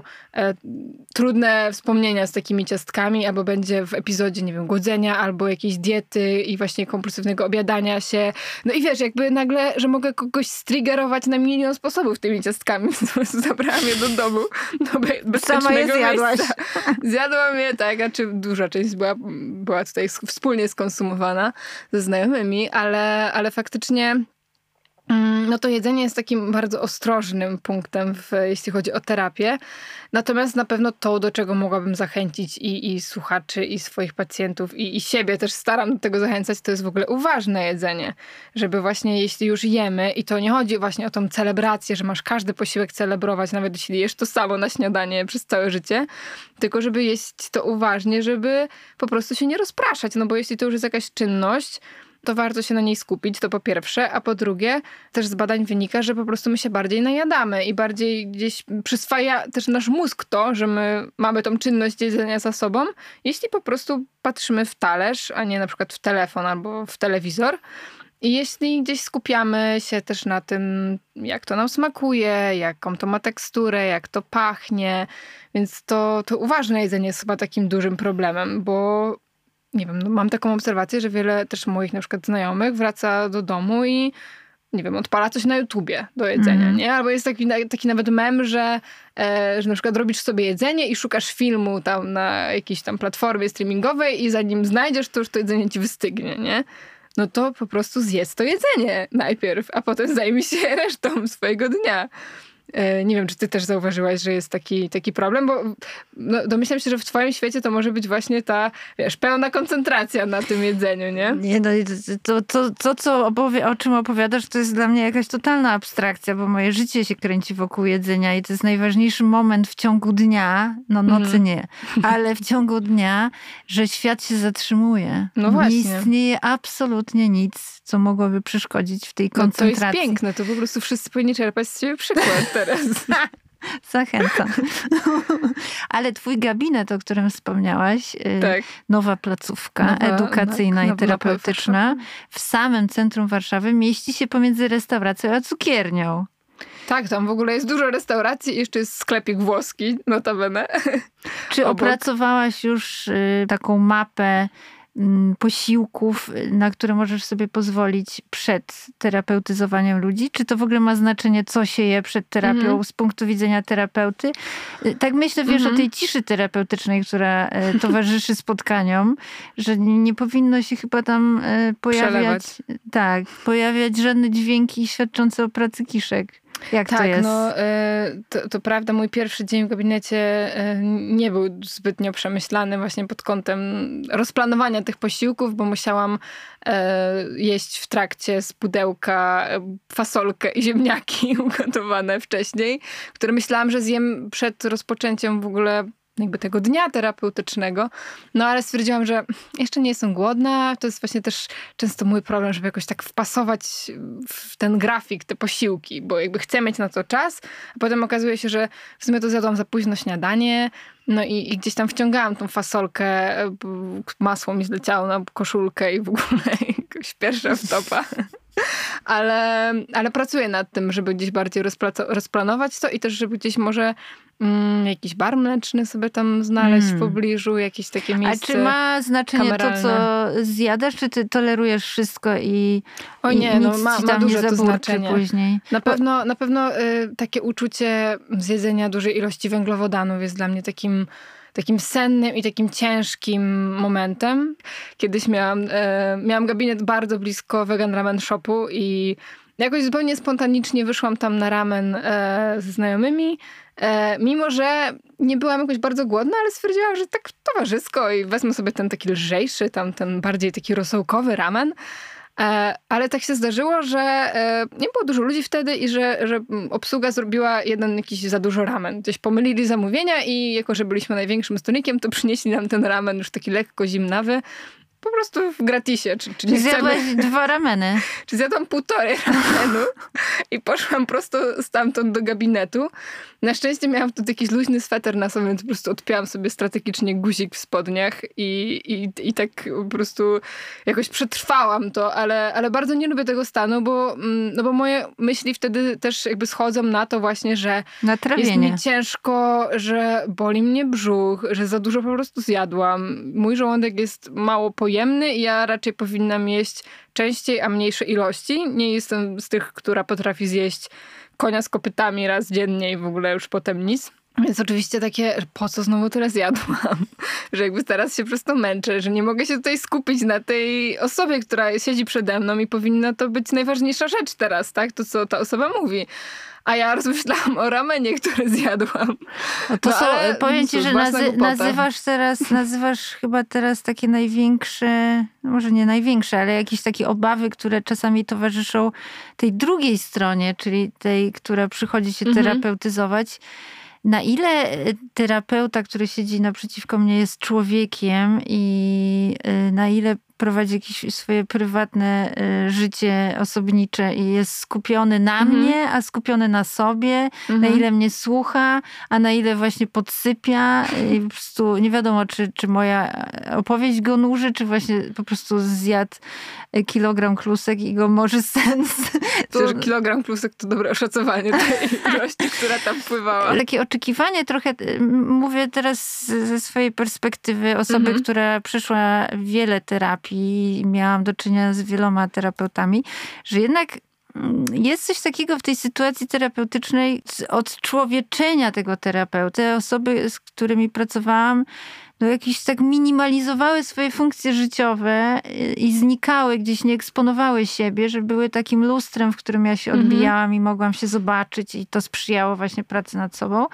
trudne wspomnienia z takimi ciastkami, albo będzie w epizodzie, nie wiem, głodzenia, albo jakiejś diety i właśnie kompulsywnego obiadania się. No i wiesz, jakby nagle, że mogę kogoś striggerować na milion sposobów tymi ciastkami. Po prostu zabrałam je do domu, do bezpiecznego miejsca. Zjadłam je, tak, a czy duża część była tutaj wspólnie skonsumowana ze znajomymi, ale faktycznie no to jedzenie jest takim bardzo ostrożnym punktem, jeśli chodzi o terapię. Natomiast na pewno to, do czego mogłabym zachęcić i słuchaczy, i swoich pacjentów, i siebie też staram do tego zachęcać, to jest w ogóle uważne jedzenie. Żeby właśnie jeśli już jemy, i to nie chodzi właśnie o tą celebrację, że masz każdy posiłek celebrować, nawet jeśli jesz to samo na śniadanie przez całe życie, tylko żeby jeść to uważnie, żeby po prostu się nie rozpraszać. No bo jeśli to już jest jakaś czynność, to warto się na niej skupić, to po pierwsze, a po drugie też z badań wynika, że po prostu my się bardziej najadamy i bardziej gdzieś przyswaja też nasz mózg to, że my mamy tą czynność jedzenia za sobą, jeśli po prostu patrzymy w talerz, a nie na przykład w telefon albo w telewizor. I jeśli gdzieś skupiamy się też na tym, jak to nam smakuje, jaką to ma teksturę, jak to pachnie, więc to uważne jedzenie jest chyba takim dużym problemem, bo nie wiem, no mam taką obserwację, że wiele też moich na przykład znajomych wraca do domu i nie wiem, odpala coś na YouTubie do jedzenia, nie? Albo jest taki nawet mem, że na przykład robisz sobie jedzenie i szukasz filmu tam na jakiejś tam platformie streamingowej i zanim znajdziesz, to już to jedzenie ci wystygnie, nie? No to po prostu zjedz to jedzenie najpierw, a potem zajmij się resztą swojego dnia. Nie wiem, czy ty też zauważyłaś, że jest taki problem, bo no, domyślam się, że w twoim świecie to może być właśnie ta, wiesz, pełna koncentracja na tym jedzeniu, nie? Nie, no o czym opowiadasz, to jest dla mnie jakaś totalna abstrakcja, bo moje życie się kręci wokół jedzenia i to jest najważniejszy moment w ciągu dnia, no nocy nie, ale w ciągu dnia, że świat się zatrzymuje. No właśnie. Nie istnieje absolutnie nic, co mogłoby przeszkodzić w tej koncentracji. No to jest piękne, to po prostu wszyscy powinni czerpać z siebie przykład teraz. Zachęcam. Ale twój gabinet, o którym wspomniałaś, tak. Nowa placówka edukacyjna i terapeutyczna w samym centrum Warszawy mieści się pomiędzy restauracją a cukiernią. Tak, tam w ogóle jest dużo restauracji i jeszcze jest sklepik włoski, notabene. Czy opracowałaś już taką mapę posiłków, na które możesz sobie pozwolić przed terapeutyzowaniem ludzi? Czy to w ogóle ma znaczenie, co się je przed terapią z punktu widzenia terapeuty? Tak myślę, wiesz, o tej ciszy terapeutycznej, która towarzyszy spotkaniom, że nie powinno się chyba tam pojawiać żadne dźwięki świadczące o pracy kiszek. Jak tak, to jest? No, to prawda, mój pierwszy dzień w gabinecie nie był zbytnio przemyślany właśnie pod kątem rozplanowania tych posiłków, bo musiałam jeść w trakcie z pudełka fasolkę i ziemniaki ugotowane wcześniej, które myślałam, że zjem przed rozpoczęciem w ogóle jakby tego dnia terapeutycznego, no ale stwierdziłam, że jeszcze nie jestem głodna. To jest właśnie też często mój problem, żeby jakoś tak wpasować w ten grafik, te posiłki, bo jakby chcę mieć na to czas, a potem okazuje się, że w sumie to zjadłam za późno śniadanie, no i gdzieś tam wciągałam tą fasolkę, masło mi zleciało na koszulkę i w ogóle jakoś pierwsza wtopa. Ale pracuję nad tym, żeby gdzieś bardziej rozplanować to i też, żeby gdzieś może jakiś bar mleczny sobie tam znaleźć w pobliżu, jakieś takie miejsce. A czy ma znaczenie kameralne. To, co zjadasz, czy ty tolerujesz wszystko i nie, nic ma ci tam duże nie to zaburczy znaczenie. później? Na pewno takie uczucie zjedzenia dużej ilości węglowodanów jest dla mnie takim sennym i takim ciężkim momentem. Kiedyś miałam gabinet bardzo blisko Vegan Ramen Shopu i jakoś zupełnie spontanicznie wyszłam tam na ramen ze znajomymi, mimo że nie byłam jakoś bardzo głodna, ale stwierdziłam, że tak towarzysko i wezmę sobie ten taki lżejszy, tam ten bardziej taki rosołkowy ramen. Ale tak się zdarzyło, że nie było dużo ludzi wtedy i że obsługa zrobiła jeden jakiś za dużo ramen. Gdzieś pomylili zamówienia i jako, że byliśmy największym stolikiem, to przynieśli nam ten ramen już taki lekko zimnawy. Po prostu w gratisie. Czy nie zjadłaś 2 rameny? Czy zjadłam 1,5 ramenu i poszłam prosto stamtąd do gabinetu. Na szczęście miałam wtedy jakiś luźny sweter na sobie, więc po prostu odpięłam sobie strategicznie guzik w spodniach i tak po prostu jakoś przetrwałam to, ale bardzo nie lubię tego stanu, bo moje myśli wtedy też jakby schodzą na to właśnie, że jest mi ciężko, że boli mnie brzuch, że za dużo po prostu zjadłam. Mój żołądek jest mało pojemny i ja raczej powinnam jeść częściej, a mniejsze ilości. Nie jestem z tych, która potrafi zjeść konia z kopytami raz dziennie i w ogóle już potem nic. Więc oczywiście takie, po co znowu tyle zjadłam? Że jakby teraz się przez to męczę, że nie mogę się tutaj skupić na tej osobie, która siedzi przede mną i powinna to być najważniejsza rzecz teraz, tak? To, co ta osoba mówi. A ja rozmyślałam o ramenie, które zjadłam. Powiem ci, że nazywasz chyba teraz takie największe, może nie największe, ale jakieś takie obawy, które czasami towarzyszą tej drugiej stronie, czyli tej, która przychodzi się terapeutyzować. Na ile terapeuta, który siedzi naprzeciwko mnie, jest człowiekiem i na ile prowadzi jakieś swoje prywatne życie osobnicze i jest skupiony na mnie, a skupiony na sobie, na ile mnie słucha, a na ile właśnie podsypia i po prostu nie wiadomo, czy moja opowieść go nuży, czy właśnie po prostu zjadł kilogram klusek i go może sens. Myślę, że kilogram klusek to dobre oszacowanie tej ilości, która tam pływała. Takie oczekiwanie trochę, mówię teraz ze swojej perspektywy osoby, która przeszła wiele terapii i miałam do czynienia z wieloma terapeutami, że jednak jest coś takiego w tej sytuacji terapeutycznej odczłowieczenia tego terapeuty. Osoby, z którymi pracowałam, no jakieś tak minimalizowały swoje funkcje życiowe i znikały, gdzieś nie eksponowały siebie, że były takim lustrem, w którym ja się odbijałam i mogłam się zobaczyć i to sprzyjało właśnie pracy nad sobą.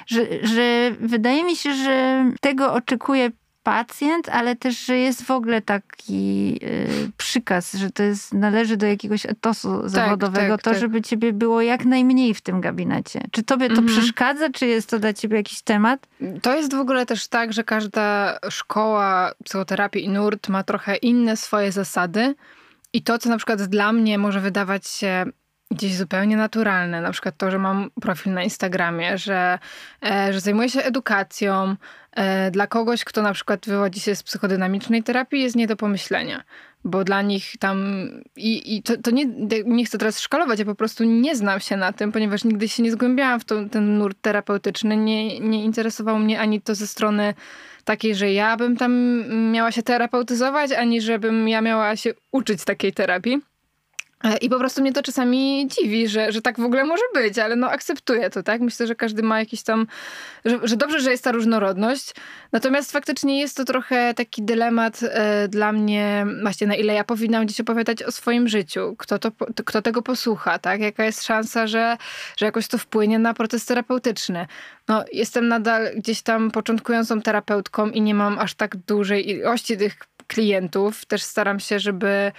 Że wydaje mi się, że tego oczekuje pacjent, ale też, że jest w ogóle taki przykaz, że to należy do jakiegoś etosu zawodowego, żeby ciebie było jak najmniej w tym gabinecie. Czy tobie to przeszkadza, czy jest to dla ciebie jakiś temat? To jest w ogóle też tak, że każda szkoła psychoterapii i nurt ma trochę inne swoje zasady i to, co na przykład dla mnie może wydawać się gdzieś zupełnie naturalne, na przykład to, że mam profil na Instagramie, że zajmuję się edukacją, dla kogoś, kto na przykład wywodzi się z psychodynamicznej terapii, jest nie do pomyślenia. Bo dla nich tam... I to nie chcę teraz szkalować, ja po prostu nie znam się na tym, ponieważ nigdy się nie zgłębiałam w ten nurt terapeutyczny. Nie interesowało mnie ani to ze strony takiej, że ja bym tam miała się terapeutyzować, ani żebym ja miała się uczyć takiej terapii. I po prostu mnie to czasami dziwi, że tak w ogóle może być, ale no akceptuję to, tak? Myślę, że każdy ma jakiś tam... Że dobrze, że jest ta różnorodność. Natomiast faktycznie jest to trochę taki dylemat dla mnie, właśnie na ile ja powinnam gdzieś opowiadać o swoim życiu. Kto tego posłucha, tak? Jaka jest szansa, że jakoś to wpłynie na proces terapeutyczny. No, jestem nadal gdzieś tam początkującą terapeutką i nie mam aż tak dużej ilości tych klientów. Też staram się, żeby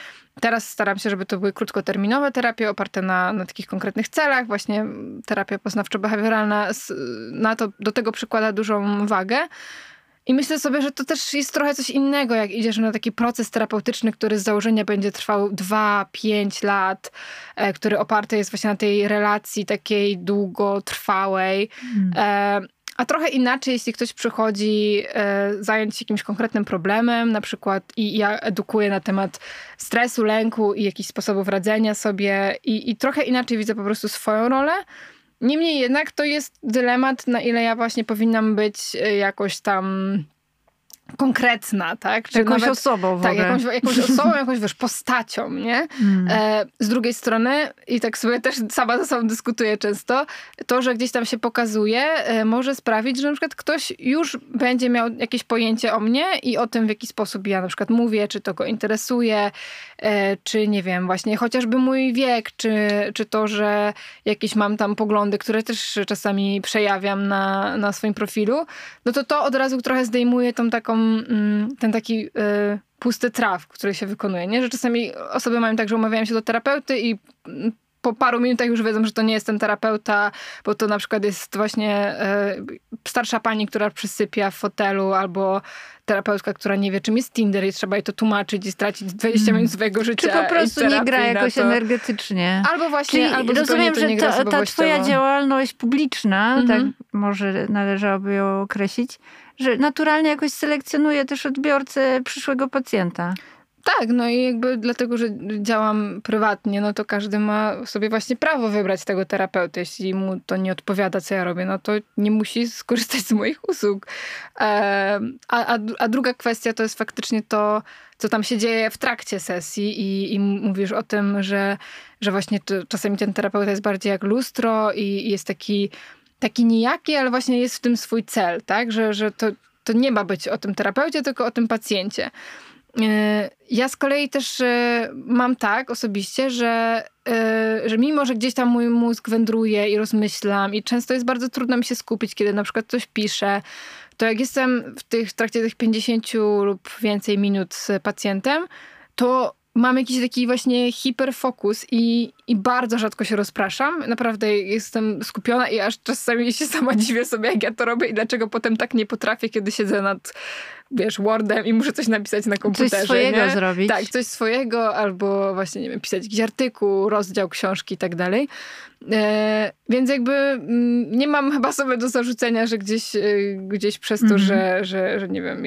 to były krótkoterminowe terapie oparte na takich konkretnych celach. Właśnie terapia poznawczo-behawioralna do tego przykłada dużą wagę. I myślę sobie, że to też jest trochę coś innego, jak idziesz na taki proces terapeutyczny, który z założenia będzie trwał 2-5 lat, który oparty jest właśnie na tej relacji takiej długotrwałej. A trochę inaczej, jeśli ktoś przychodzi zająć się jakimś konkretnym problemem, na przykład i ja edukuję na temat stresu, lęku i jakichś sposobów radzenia sobie i trochę inaczej widzę po prostu swoją rolę. Niemniej jednak to jest dylemat, na ile ja właśnie powinnam być jakoś tam konkretna, tak? Czy jakąś osobą w ogóle. Tak, jakąś osobą, jakąś postacią, nie? Z drugiej strony, i tak sobie też sama ze sobą dyskutuję często, to, że gdzieś tam się pokazuje, może sprawić, że na przykład ktoś już będzie miał jakieś pojęcie o mnie i o tym, w jaki sposób ja na przykład mówię, czy to go interesuje, czy nie wiem, właśnie chociażby mój wiek, czy to, że jakieś mam tam poglądy, które też czasami przejawiam na swoim profilu, no to od razu trochę zdejmuje ten taki pusty traf, który się wykonuje, nie? Że czasami osoby mają tak, że umawiają się do terapeuty i po paru minutach już wiedzą, że to nie jest ten terapeuta, bo to na przykład jest właśnie starsza pani, która przysypia w fotelu, albo terapeutka, która nie wie, czym jest Tinder i trzeba jej to tłumaczyć i stracić 20 minut swojego życia. Czy po prostu nie gra jakoś energetycznie. Albo właśnie, albo rozumiem, to nie gra że ta twoja działalność publiczna, tak może należałoby ją określić, że naturalnie jakoś selekcjonuje też odbiorcę przyszłego pacjenta. Tak, no i jakby dlatego, że działam prywatnie, no to każdy ma sobie właśnie prawo wybrać tego terapeuty. Jeśli mu to nie odpowiada, co ja robię, no to nie musi skorzystać z moich usług. A druga kwestia to jest faktycznie to, co tam się dzieje w trakcie sesji i mówisz o tym, że właśnie czasami ten terapeuta jest bardziej jak lustro i jest taki nijaki, ale właśnie jest w tym swój cel, tak? Że to nie ma być o tym terapeucie, tylko o tym pacjencie. Ja z kolei też mam tak osobiście, że mimo, że gdzieś tam mój mózg wędruje i rozmyślam i często jest bardzo trudno mi się skupić, kiedy na przykład coś piszę, to jak jestem w trakcie tych 50 lub więcej minut z pacjentem, to mam jakiś taki właśnie hiperfokus i bardzo rzadko się rozpraszam. Naprawdę jestem skupiona i aż czasami się sama dziwię sobie, jak ja to robię i dlaczego potem tak nie potrafię, kiedy siedzę nad, Wordem i muszę coś napisać na komputerze. Coś swojego nie? zrobić. Tak, coś swojego albo właśnie, nie wiem, pisać jakiś artykuł, rozdział książki i tak dalej. Więc jakby nie mam chyba sobie do zarzucenia, że gdzieś przez to, że nie wiem,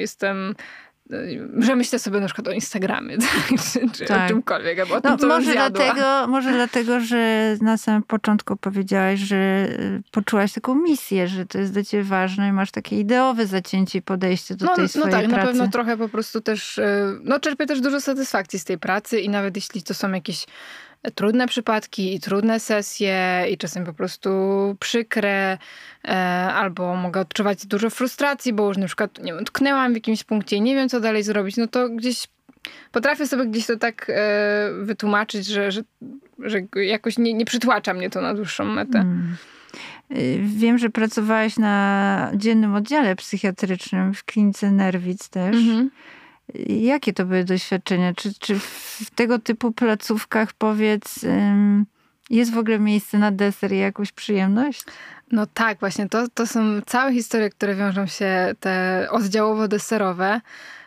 że myślę sobie na przykład o Instagramie, czy o czymkolwiek, albo o tym, co może dlatego, że na samym początku powiedziałaś, że poczułaś taką misję, że to jest dla ciebie ważne i masz takie ideowe zacięcie i podejście do tej swojej pracy. Na pewno trochę po prostu też, czerpię też dużo satysfakcji z tej pracy i nawet jeśli to są jakieś trudne przypadki i trudne sesje i czasem po prostu przykre, albo mogę odczuwać dużo frustracji, bo już na przykład nie wiem, tknęłam w jakimś punkcie i nie wiem, co dalej zrobić, no to gdzieś potrafię sobie gdzieś to tak wytłumaczyć, że jakoś nie przytłacza mnie to na dłuższą metę. Wiem, że pracowałaś na dziennym oddziale psychiatrycznym w klinice Nerwic też. Jakie to były doświadczenia? Czy w tego typu placówkach, powiedz, jest w ogóle miejsce na deser i jakąś przyjemność? No tak, właśnie. To są całe historie, które wiążą się te oddziałowo-deserowe,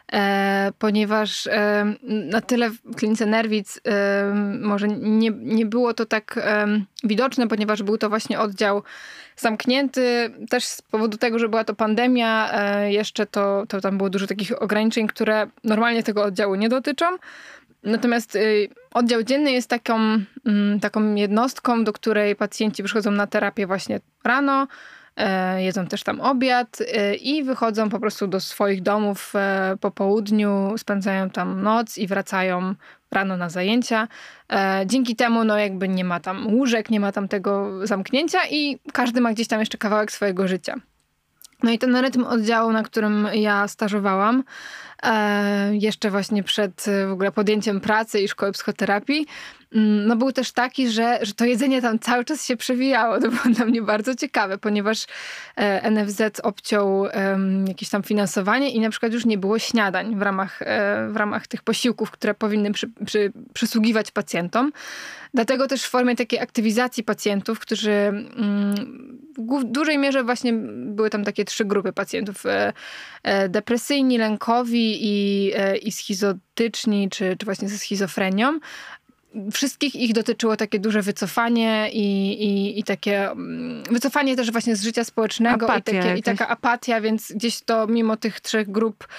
ponieważ na tyle w klinice Nerwic może nie było to tak widoczne, ponieważ był to właśnie oddział zamknięty, też z powodu tego, że była to pandemia, jeszcze to tam było dużo takich ograniczeń, które normalnie tego oddziału nie dotyczą. Natomiast oddział dzienny jest taką jednostką, do której pacjenci przychodzą na terapię właśnie rano, jedzą też tam obiad i wychodzą po prostu do swoich domów po południu, spędzają tam noc i wracają rano na zajęcia. Dzięki temu jakby nie ma tam łóżek, nie ma tam tego zamknięcia i każdy ma gdzieś tam jeszcze kawałek swojego życia. No i ten rytm oddziału, na którym ja stażowałam, jeszcze właśnie przed w ogóle podjęciem pracy i szkoły psychoterapii, był też taki, że to jedzenie tam cały czas się przewijało. To było dla mnie bardzo ciekawe, ponieważ NFZ obciął jakieś tam finansowanie i na przykład już nie było śniadań w ramach tych posiłków, które powinny przysługiwać pacjentom. Dlatego też w formie takiej aktywizacji pacjentów, którzy w dużej mierze właśnie były tam takie 3 grupy pacjentów. Depresyjni, lękowi i schizotyczni, czy właśnie ze schizofrenią. Wszystkich ich dotyczyło takie duże wycofanie i takie wycofanie też właśnie z życia społecznego i taka apatia, więc gdzieś to mimo tych 3 grup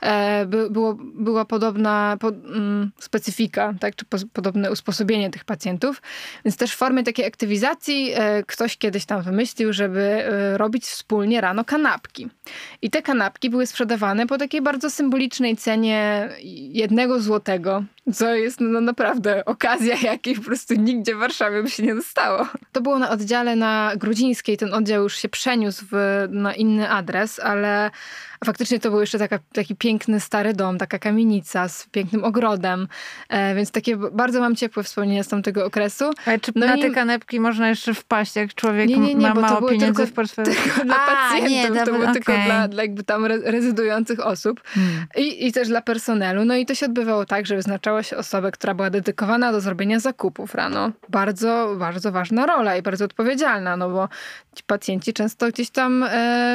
była podobna specyfika, tak, czy podobne usposobienie tych pacjentów. Więc też w formie takiej aktywizacji ktoś kiedyś tam wymyślił, żeby robić wspólnie rano kanapki. I te kanapki były sprzedawane po takiej bardzo symbolicznej cenie 1 złotego, co jest naprawdę okazja, jakiej po prostu nigdzie w Warszawie by się nie dostało. To było na oddziale na Grudzińskiej. Ten oddział już się przeniósł na inny adres, ale faktycznie to był jeszcze taki piękny stary dom, taka kamienica z pięknym ogrodem, więc takie bardzo mam ciepłe wspomnienia z tamtego okresu. Ale czy na te kanapki można jeszcze wpaść, jak człowiek ma mało pieniędzy w portfelu? Tylko dla pacjentów, to było tylko dla jakby tam rezydujących osób i też dla personelu. No i to się odbywało tak, że wyznaczała się osobę, która była dedykowana do zrobienia zakupów rano. Bardzo, bardzo ważna rola i bardzo odpowiedzialna, bo ci pacjenci często gdzieś tam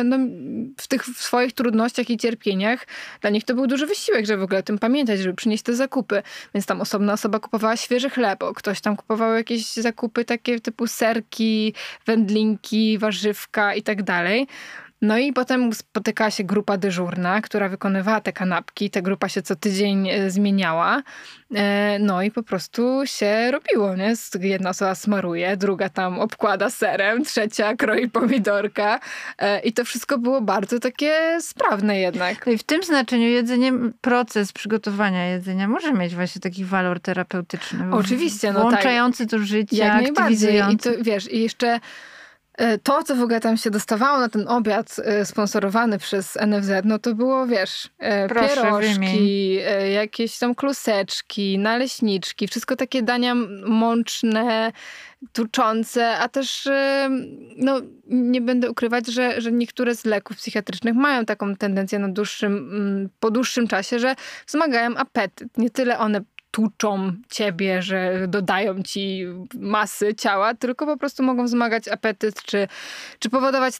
w swoich trudnościach i cierpieniach, dla nich to był duży wysiłek, żeby w ogóle o tym pamiętać, żeby przynieść te zakupy. Więc tam osobna osoba kupowała świeży chleb, ktoś tam kupował jakieś zakupy takie typu serki, wędlinki, warzywka i tak dalej. No i potem spotykała się grupa dyżurna, która wykonywała te kanapki. Ta grupa się co tydzień zmieniała. No i po prostu się robiło, nie? Jedna osoba smaruje, druga tam obkłada serem, trzecia kroi pomidorka. I to wszystko było bardzo takie sprawne jednak. No i w tym znaczeniu proces przygotowania jedzenia może mieć właśnie taki walor terapeutyczny. Oczywiście. Włączający do życia, jak aktywizujący. I to wiesz, i jeszcze to, co w ogóle tam się dostawało na ten obiad sponsorowany przez NFZ, to było, pierożki, jakieś tam kluseczki, naleśniczki, wszystko takie dania mączne, tuczące, a też nie będę ukrywać, że niektóre z leków psychiatrycznych mają taką tendencję po dłuższym czasie, że wzmagają apetyt. Nie tyle one tuczą ciebie, że dodają ci masy ciała, tylko po prostu mogą wzmagać apetyt, czy powodować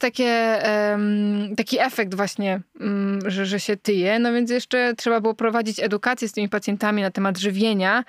taki efekt właśnie, że się tyje. No więc jeszcze trzeba było prowadzić edukację z tymi pacjentami na temat żywienia,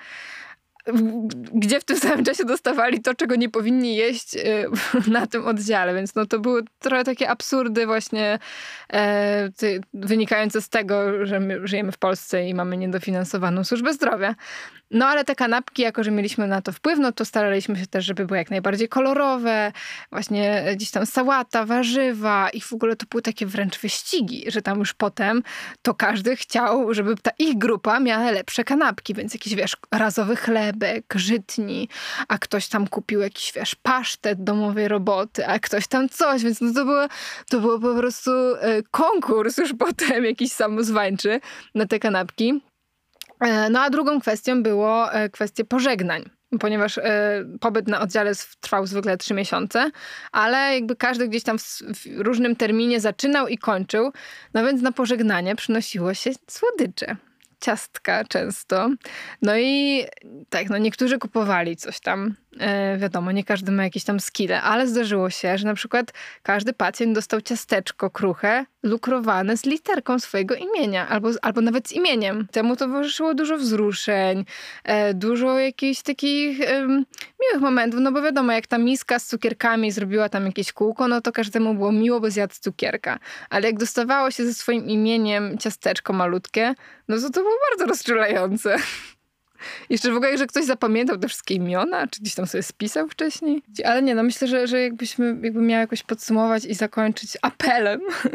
gdzie w tym samym czasie dostawali to, czego nie powinni jeść na tym oddziale. Więc no to były trochę takie absurdy właśnie wynikające z tego, że my żyjemy w Polsce i mamy niedofinansowaną służbę zdrowia. No ale te kanapki, jako że mieliśmy na to wpływ, no to staraliśmy się też, żeby były jak najbardziej kolorowe, właśnie gdzieś tam sałata, warzywa i w ogóle to były takie wręcz wyścigi, że tam już potem to każdy chciał, żeby ta ich grupa miała lepsze kanapki, więc jakiś, wiesz, razowy chlebek, żytni, a ktoś tam kupił jakiś, wiesz, pasztet domowej roboty, a ktoś tam coś, więc no to było po prostu konkurs już potem jakiś samozwańczy na te kanapki. No a drugą kwestią było kwestie pożegnań, ponieważ pobyt na oddziale trwał zwykle 3 miesiące, ale jakby każdy gdzieś tam w różnym terminie zaczynał i kończył, no więc na pożegnanie przynosiło się słodycze. Ciastka często. No i tak, no niektórzy kupowali coś tam. Wiadomo, nie każdy ma jakieś tam skille, ale zdarzyło się, że na przykład każdy pacjent dostał ciasteczko kruche, lukrowane z literką swojego imienia, albo nawet z imieniem. Temu towarzyszyło dużo wzruszeń, dużo jakichś takich miłych momentów, no bo wiadomo, jak ta miska z cukierkami zrobiła tam jakieś kółko, no to każdemu było miło, bo zjadł cukierka. Ale jak dostawało się ze swoim imieniem ciasteczko malutkie, no to było bardzo rozczulające. Jeszcze w ogóle, że ktoś zapamiętał te wszystkie imiona, czy gdzieś tam sobie spisał wcześniej. Ale nie, no myślę, że jakby miała jakoś podsumować i zakończyć apelem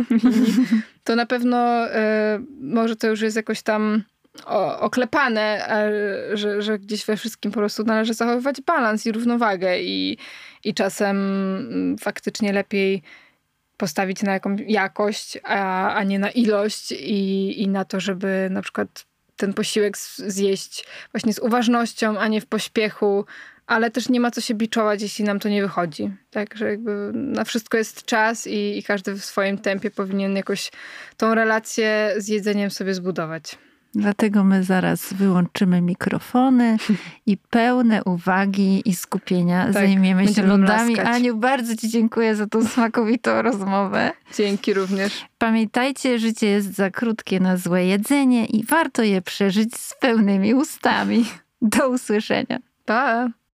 to na pewno może to już jest jakoś tam oklepane, że gdzieś we wszystkim po prostu należy zachowywać balans i równowagę i czasem faktycznie lepiej postawić na jakąś jakość, a nie na ilość i na to, żeby na przykład ten posiłek zjeść właśnie z uważnością, a nie w pośpiechu, ale też nie ma co się biczować, jeśli nam to nie wychodzi. Tak, że jakby na wszystko jest czas i każdy w swoim tempie powinien jakoś tą relację z jedzeniem sobie zbudować. Dlatego my zaraz wyłączymy mikrofony i pełne uwagi i skupienia zajmiemy się lodami. Mlaskać. Aniu, bardzo ci dziękuję za tą smakowitą rozmowę. Dzięki również. Pamiętajcie, życie jest za krótkie na złe jedzenie i warto je przeżyć z pełnymi ustami. Do usłyszenia. Pa!